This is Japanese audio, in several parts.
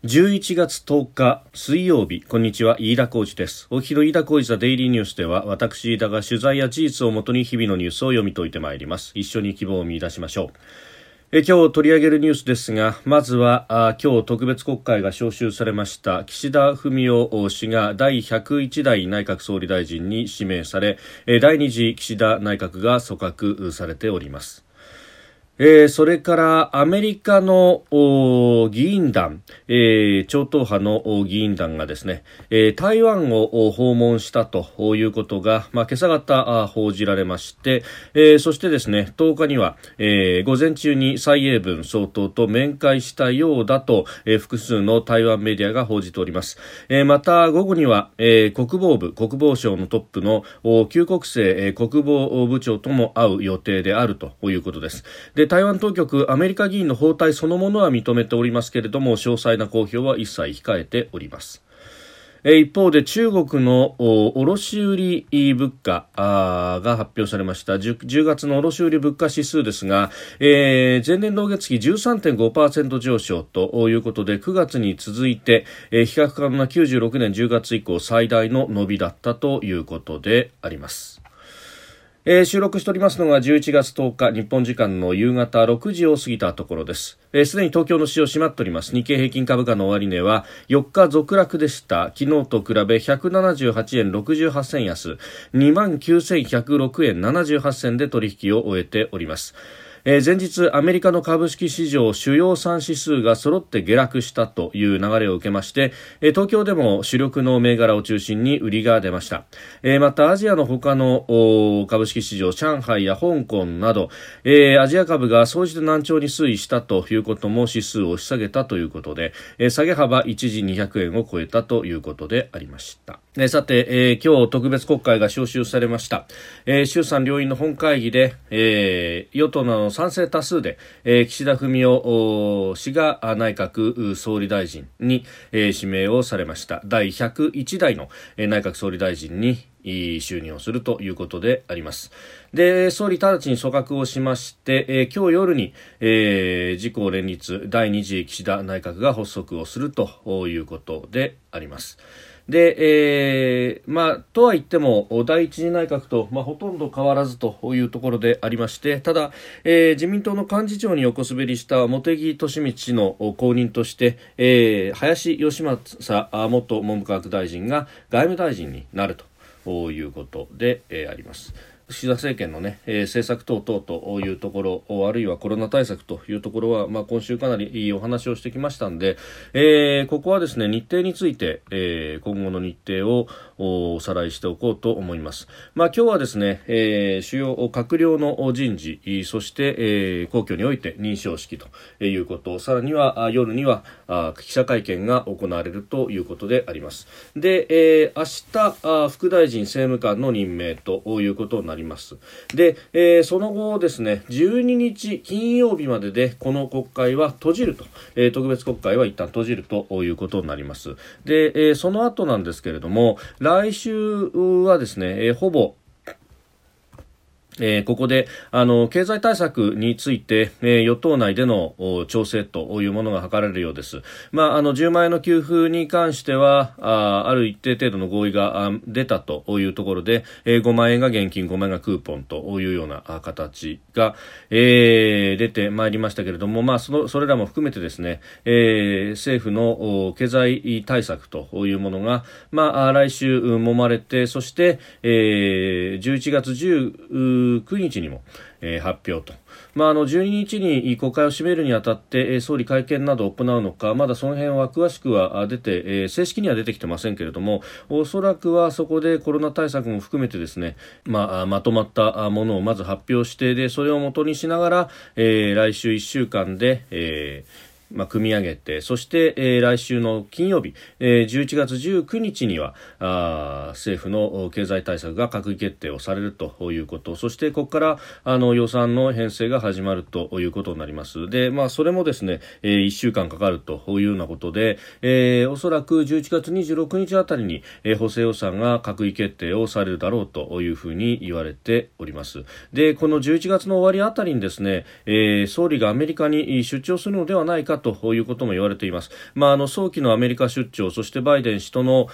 11月10日水曜日、こんにちは、飯田浩司です。お昼の飯田浩司ザデイリーニュースでは、私飯田が取材や事実をもとに日々のニュースを読み解いてまいります。一緒に希望を見出しましょう。今日取り上げるニュースですが、まずは今日特別国会が召集されました岸田文雄氏が第101代内閣総理大臣に指名され、第2次岸田内閣が組閣されております。それからアメリカの議員団、超党派の議員団がですね、台湾を訪問したということが、今朝方報じられまして、そしてですね、10日には、午前中に蔡英文総統と面会したようだと、複数の台湾メディアが報じております。また午後には、国防省のトップの邱国正、国防部長とも会う予定であるということです。で、台湾当局、アメリカ議員の訪台そのものは認めておりますけれども、詳細な公表は一切控えております。一方で中国の卸売物価が発表されました 10月の卸売物価指数ですが、前年同月比 13.5% 上昇ということで、9月に続いて、比較可能な96年10月以降最大の伸びだったということであります。収録しておりますのが11月10日日本時間の夕方6時を過ぎたところです。すでに東京の市場閉まっております。日経平均株価の終値は4日続落でした。昨日と比べ178円68銭安、29,106円78銭で取引を終えております。前日アメリカの株式市場主要3指数が揃って下落したという流れを受けまして、東京でも主力の銘柄を中心に売りが出ました。またアジアの他の株式市場上海や香港など、アジア株が総じて軟調に推移したということも指数を押し下げたということで、下げ幅一時200円を超えたということでありました。さて、今日特別国会が召集されました。衆参両院の本会議で、与党の賛成多数で、岸田文雄氏が内閣総理大臣に、指名をされました。第101代の、内閣総理大臣に就任をするということであります。で、総理直ちに組閣をしまして、今日夜に、自公連立第2次岸田内閣が発足をするということであります。で、とは言っても第一次内閣と、ほとんど変わらずというところでありまして、ただ、自民党の幹事長に横滑りした茂木敏充氏の後任として、林芳正元文部科学大臣が外務大臣になるということで、あります。岸田政権の、政策等々というところ、あるいはコロナ対策というところは、今週かなりいいお話をしてきましたので、ここはですね、日程について、今後の日程をおさらいしておこうと思います。今日はですね、主要閣僚の人事、そして、皇居において認証式ということ、さらには夜には記者会見が行われるということであります。で、明日副大臣政務官の任命ということになります。で、その後ですね、12日金曜日まででこの国会は閉じると、特別国会は一旦閉じるということになります。で、その後なんですけれども、来週はですね、ほぼここで経済対策について、与党内での調整というものが図られるようです。10万円の給付に関してはある一定程度の合意が出たというところで、5万円が現金、5万円がクーポンというような形が、出てまいりましたけれども、それらも含めてですね、政府の経済対策というものが、来週揉まれて、そして、11月19日にも、発表と、12日に国会を締めるにあたって、総理会見などを行うのか、まだその辺は詳しくは出て、正式には出てきてませんけれども、おそらくはそこでコロナ対策も含めてですね、まとまったものをまず発表して、でそれを元にしながら、来週1週間で、組み上げて、そして、来週の金曜日、11月19日には政府の経済対策が閣議決定をされるということ、そしてここから予算の編成が始まるということになります。で、それもですね、1週間かかるというようなことで、おそらく11月26日あたりに、補正予算が閣議決定をされるだろうというふうに言われております。で、この11月の終わりあたりにですね、総理がアメリカに出張するのではないかということも言われています。早期のアメリカ出張、そしてバイデン氏との、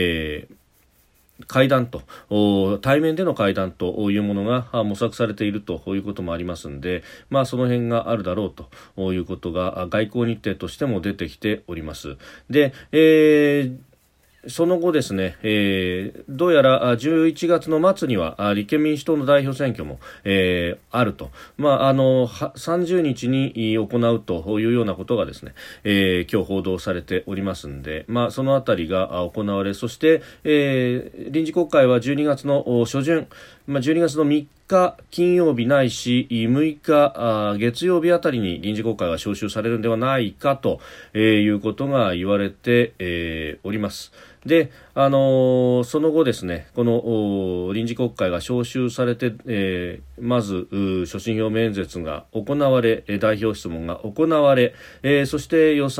会談と対面での会談というものが模索されているということもありますので、その辺があるだろうということが外交日程としても出てきております。で、その後ですね、どうやら11月の末には立憲民主党の代表選挙も、あると、30日に行うというようなことがですね、今日報道されておりますので、そのあたりが行われ、そして、臨時国会は12月の初旬、12月の3日金曜日ないし6日月曜日あたりに臨時国会が召集されるのではないかということが言われて、おります。で、その後ですね、この臨時国会が召集されて、まず所信表明演説が行われ、代表質問が行われ、そして補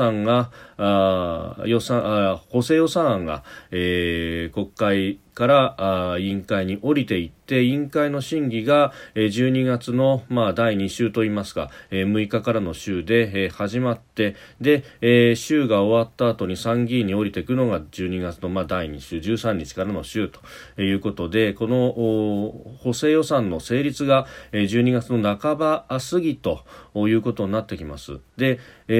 正予算案が、国会から委員会に降りていって、委員会の審議が12月の第2週といいますか、6日からの週で始まって、で、週が終わった後に参議院に降りていくのが12月の第2週13日からの週ということで、この補正予算の成立が12月の半ば過ぎということになってきます。で、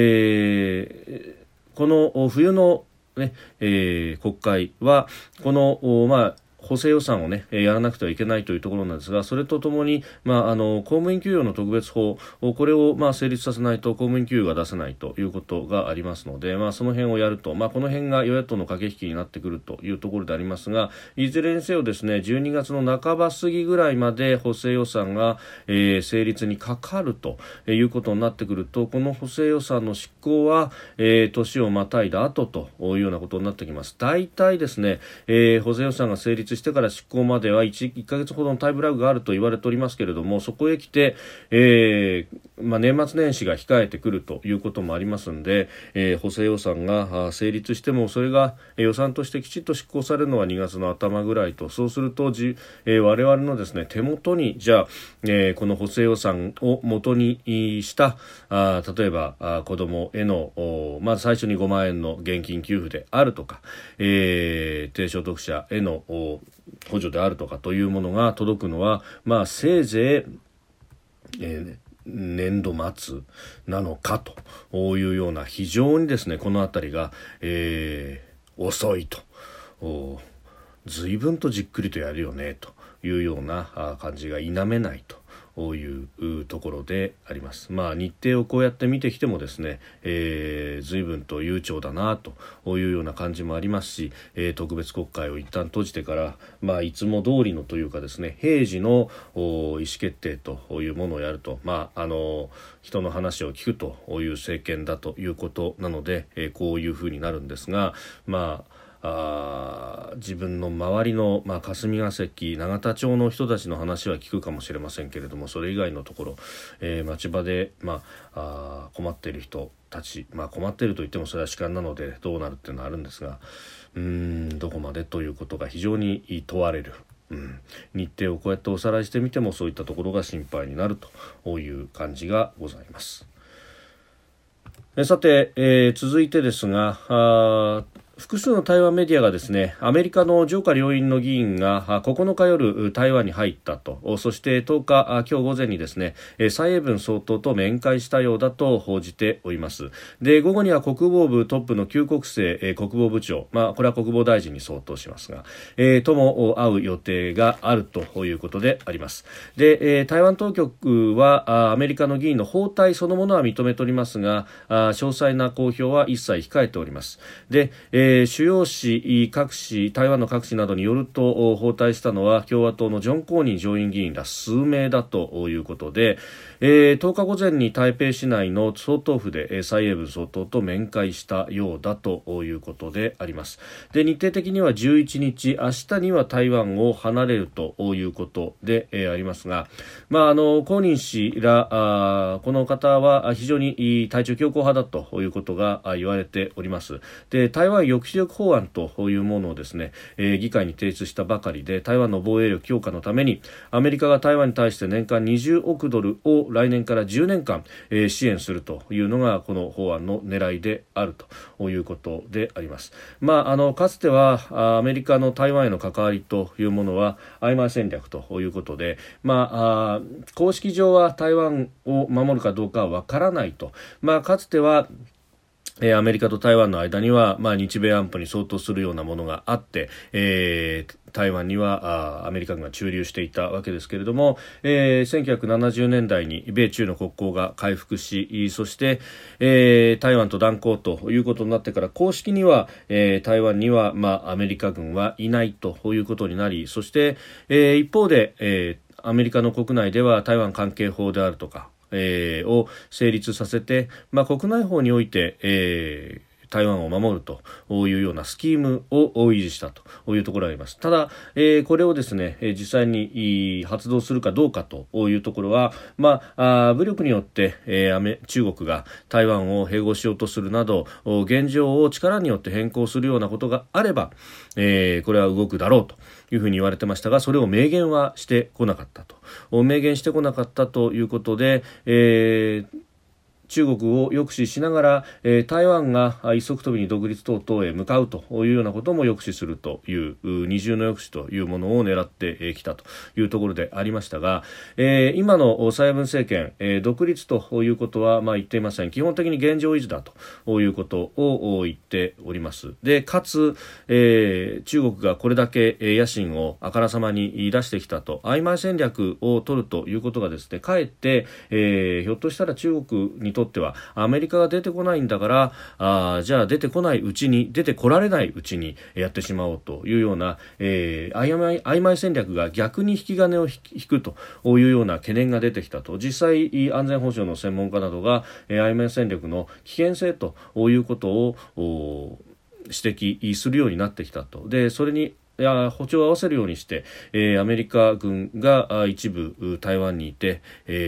この冬の国会はこの、補正予算をやらなくてはいけないというところなんですが、それとともに、公務員給与の特別法、これを成立させないと公務員給与が出せないということがありますので、その辺をやると、この辺が与野党の駆け引きになってくるというところでありますが、いずれにせよですね、12月の半ば過ぎぐらいまで補正予算が、成立にかかるということになってくると、この補正予算の執行は、年をまたいだ後というようなことになってきます。大体ですね、補正予算が成立してから執行までは 1ヶ月ほどのタイムラグがあると言われておりますけれども、そこへ来て、年末年始が控えてくるということもありますので、補正予算が成立してもそれが予算としてきちっと執行されるのは2月の頭ぐらいと、そうすると我々のですね、手元にじゃあ、この補正予算を元にした例えば子どもへのまず最初に5万円の現金給付であるとか、低所得者への補助であるとかというものが届くのは、せいぜい、年度末なのかというような、非常にですねこのあたりが、遅いと、随分とじっくりとやるよねというような感じが否めないというところであります。日程をこうやって見てきてもですね、随分と悠長だなというような感じもありますし、特別国会を一旦閉じてから、いつも通りのというかですね、平時の意思決定というものをやると、人の話を聞くという政権だということなので、こういうふうになるんですが、自分の周りの、霞が関永田町の人たちの話は聞くかもしれませんけれども、それ以外のところ、町場で、困っている人たち、困っていると言ってもそれは主観なのでどうなるっていうのはあるんですが、どこまでということが非常に問われる。日程をこうやっておさらいしてみてもそういったところが心配になるという感じがございます。さて、続いてですが、複数の台湾メディアがですね、アメリカの上下両院の議員が9日夜台湾に入ったと、そして10日今日午前にですね、蔡英文総統と面会したようだと報じております。で、午後には国防部トップの邱国正国防部長、これは国防大臣に相当しますが、とも会う予定があるということであります。で、台湾当局はアメリカの議員の訪台そのものは認めておりますが、詳細な公表は一切控えております。で、主要紙各紙、台湾の各紙などによると、訪台したのは共和党のジョン・コーニー上院議員ら数名だということで、10日午前に台北市内の総統府で蔡英文総統と面会したようだということであります。で、日程的には11日、明日には台湾を離れるということでありますが、コーニー氏らこの方は非常に対中強硬派だということが言われております。で、台湾抑抑止力法案というものをですね、議会に提出したばかりで、台湾の防衛力強化のためにアメリカが台湾に対して年間20億ドルを来年から10年間、支援するというのがこの法案の狙いであるということであります。かつてはアメリカの台湾への関わりというものは曖昧戦略ということで、公式上は台湾を守るかどうかはわからないと、かつてはアメリカと台湾の間には、日米安保に相当するようなものがあって、台湾にはアメリカ軍が駐留していたわけですけれども、1970年代に米中の国交が回復し、そして、台湾と断交ということになってから、公式には、台湾には、アメリカ軍はいないということになり、そして、一方で、アメリカの国内では台湾関係法であるとかを成立させて、国内法において、台湾を守るというようなスキームを維持したというところがあります。ただ、これをですね、実際に発動するかどうかというところは、武力によって、中国が台湾を併合しようとするなど、現状を力によって変更するようなことがあれば、これは動くだろうというふうに言われてましたが、それを明言はしてこなかったと。明言してこなかったということで、中国を抑止しながら、台湾が一足飛びに独立等々へ向かうというようなことも抑止するという二重の抑止というものを狙ってきたというところでありましたが、今の蔡英文政権、独立ということは言っていません。基本的に現状維持だということを言っております。でかつ、中国がこれだけ野心をあからさまに出してきたと、曖昧戦略を取るということがですね、かえって、ひょっとしたら中国にとってはアメリカが出てこないんだから、じゃあ出てこないうちに、出てこられないうちにやってしまおうというような、曖昧戦略が逆に引き金を引くというような懸念が出てきたと。実際安全保障の専門家などが、曖昧戦略の危険性ということを指摘するようになってきたと。でそれに歩調を合わせるようにして、アメリカ軍が一部台湾にいて、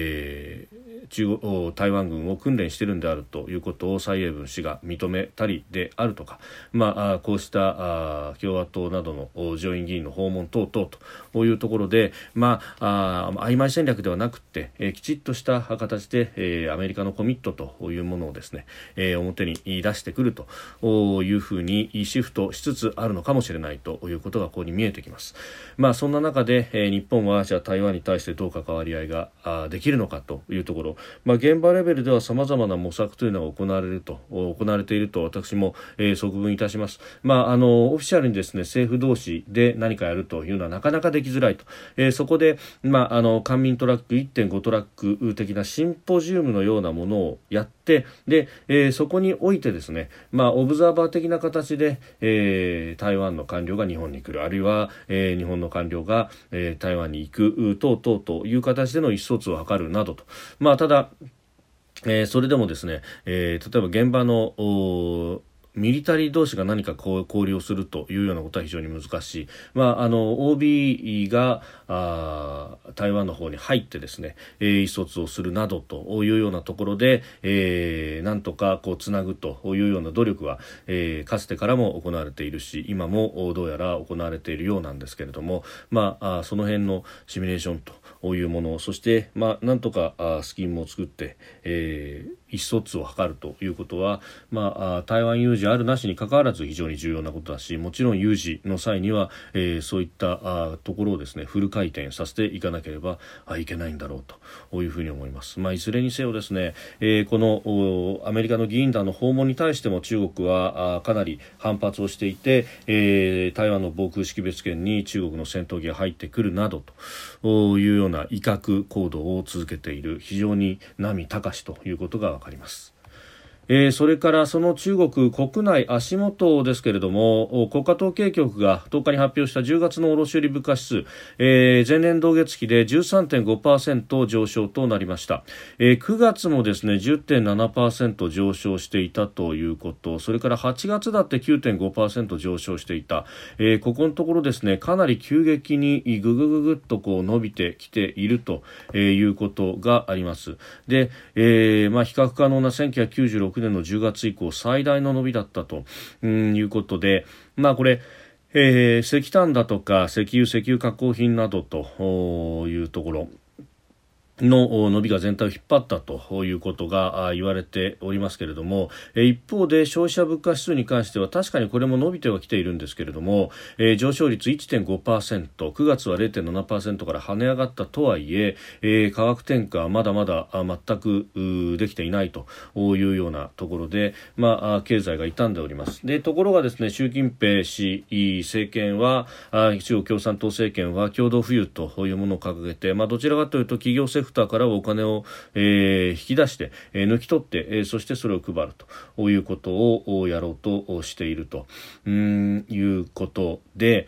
台湾軍を訓練しているんであるということを蔡英文氏が認めたりであるとか、こうした共和党などの上院議員の訪問等々というところで、曖昧戦略ではなくて、きちっとした形で、アメリカのコミットというものをですね、表に出してくるというふうにシフトしつつあるのかもしれないということがここに見えてきます。そんな中で、日本はじゃあ台湾に対してどう関わり合いができるのかというところ、現場レベルでは様々な模索というのが行われていると私も、側聞いたします。オフィシャルにですね、政府同士で何かやるというのはなかなかできづらいと、そこで、官民トラック 1.5 トラック的なシンポジウムのようなものをやって、で、そこにおいてですね、オブザーバー的な形で、台湾の官僚が日本に来る、あるいは、日本の官僚が、台湾に行く等々という形での意思疎通を図るなどと。ただそれでもですね、例えば現場のミリタリー同士が何か交流をするというようなことは非常に難しい。OB が台湾の方に入ってですね、意思疎通をするなどというようなところで、なんとかつなぐというような努力は、かつてからも行われているし、今もどうやら行われているようなんですけれども、その辺のシミュレーションというもの、そしてなんとかスキームを作って、意思疎通を図るということは、台湾有事あるなしに関わらず非常に重要なことだし、もちろん有事の際には、そういったところをですね、フル回転させていかなければいけないんだろうというふうに思います。いずれにせよですね、このアメリカの議員団の訪問に対しても中国はかなり反発をしていて、台湾の防空識別圏に中国の戦闘機が入ってくるなどというような威嚇行動を続けている、非常に波高しということが分かります。それからその中国国内足元ですけれども、国家統計局が10日に発表した10月の卸売物価指数、前年同月比で 13.5% 上昇となりました。9月もですね 10.7% 上昇していたということ、それから8月だって 9.5% 上昇していた、ここのところですね、かなり急激にぐぐぐぐっと伸びてきているということがあります。で、比較可能な1996 2016年の10月以降最大の伸びだったということで、これ石炭だとか石油加工品などというところの伸びが全体を引っ張ったということが言われておりますけれども、一方で消費者物価指数に関しては確かにこれも伸びてはきているんですけれども、上昇率 1.5%、 9月は 0.7% から跳ね上がったとはいえ、価格転嫁はまだまだ全くできていないというようなところで、経済が傷んでおります。でところがですね、習近平氏政権は中国共産党政権は共同富裕というものを掲げて、どちらかというと企業セクターからお金を、引き出して、抜き取って、そしてそれを配るということをやろうとしているということで、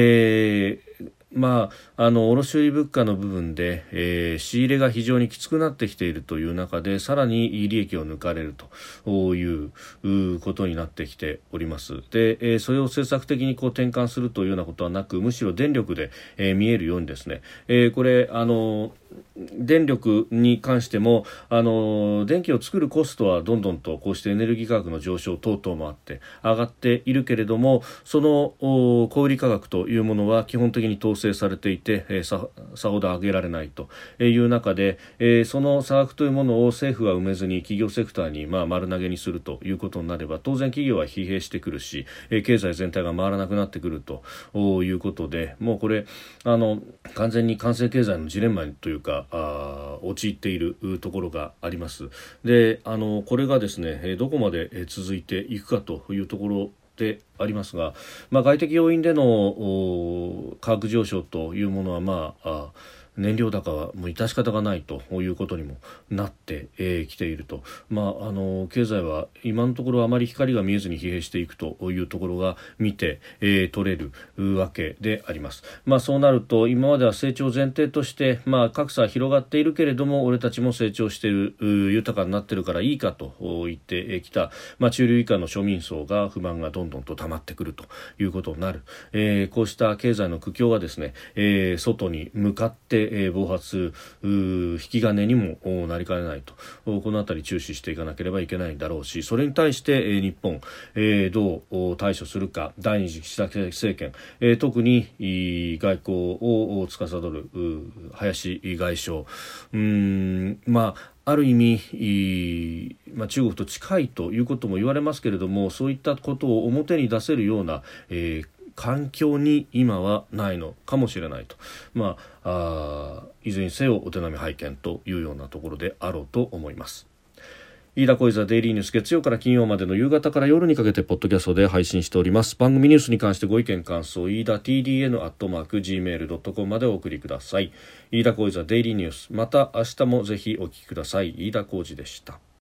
卸売物価の部分で、仕入れが非常にきつくなってきているという中で、さらに利益を抜かれるということになってきております。で、それを政策的に転換するというようなことはなく、むしろ電力で、見えるようにですね、これ電力に関しても電気を作るコストはどんどんとこうしてエネルギー価格の上昇等々もあって上がっているけれども、その小売価格というものは基本的に統制されていて、さほど上げられないという中で、その差額というものを政府が埋めずに企業セクターに丸投げにするということになれば、当然企業は疲弊してくるし、経済全体が回らなくなってくるということで、もうこれ完全に完成経済のジレンマというか陥っているところがあります。でこれがですね、どこまで続いていくかというところでありますが、外的要因での価格上昇というものは燃料高はもう致し方がないということにもなってきていると、経済は今のところあまり光が見えずに疲弊していくというところが見て、取れるわけであります。そうなると今までは成長前提として、格差は広がっているけれども俺たちも成長している豊かになっているからいいかと言ってきた、中流以下の庶民層が不満がどんどんと溜まってくるということになる。こうした経済の苦境がですね、外に向かって暴発引き金にもなりかねないと、このあたり注視していかなければいけないだろうし、それに対して日本どう対処するか。第二次岸田政権、特に外交を司る林外相、ある意味中国と近いということも言われますけれども、そういったことを表に出せるような、環境に今はないのかもしれないと、いずれにせよお手並み拝見というようなところであろうと思います。飯田小泉デイリーニュース、月曜から金曜までの夕方から夜にかけてポッドキャストで配信しております。番組ニュースに関してご意見感想、飯田 TDN@gmail.com までお送りください。飯田小泉デイリーニュース、また明日もぜひお聞きください。飯田小泉でした。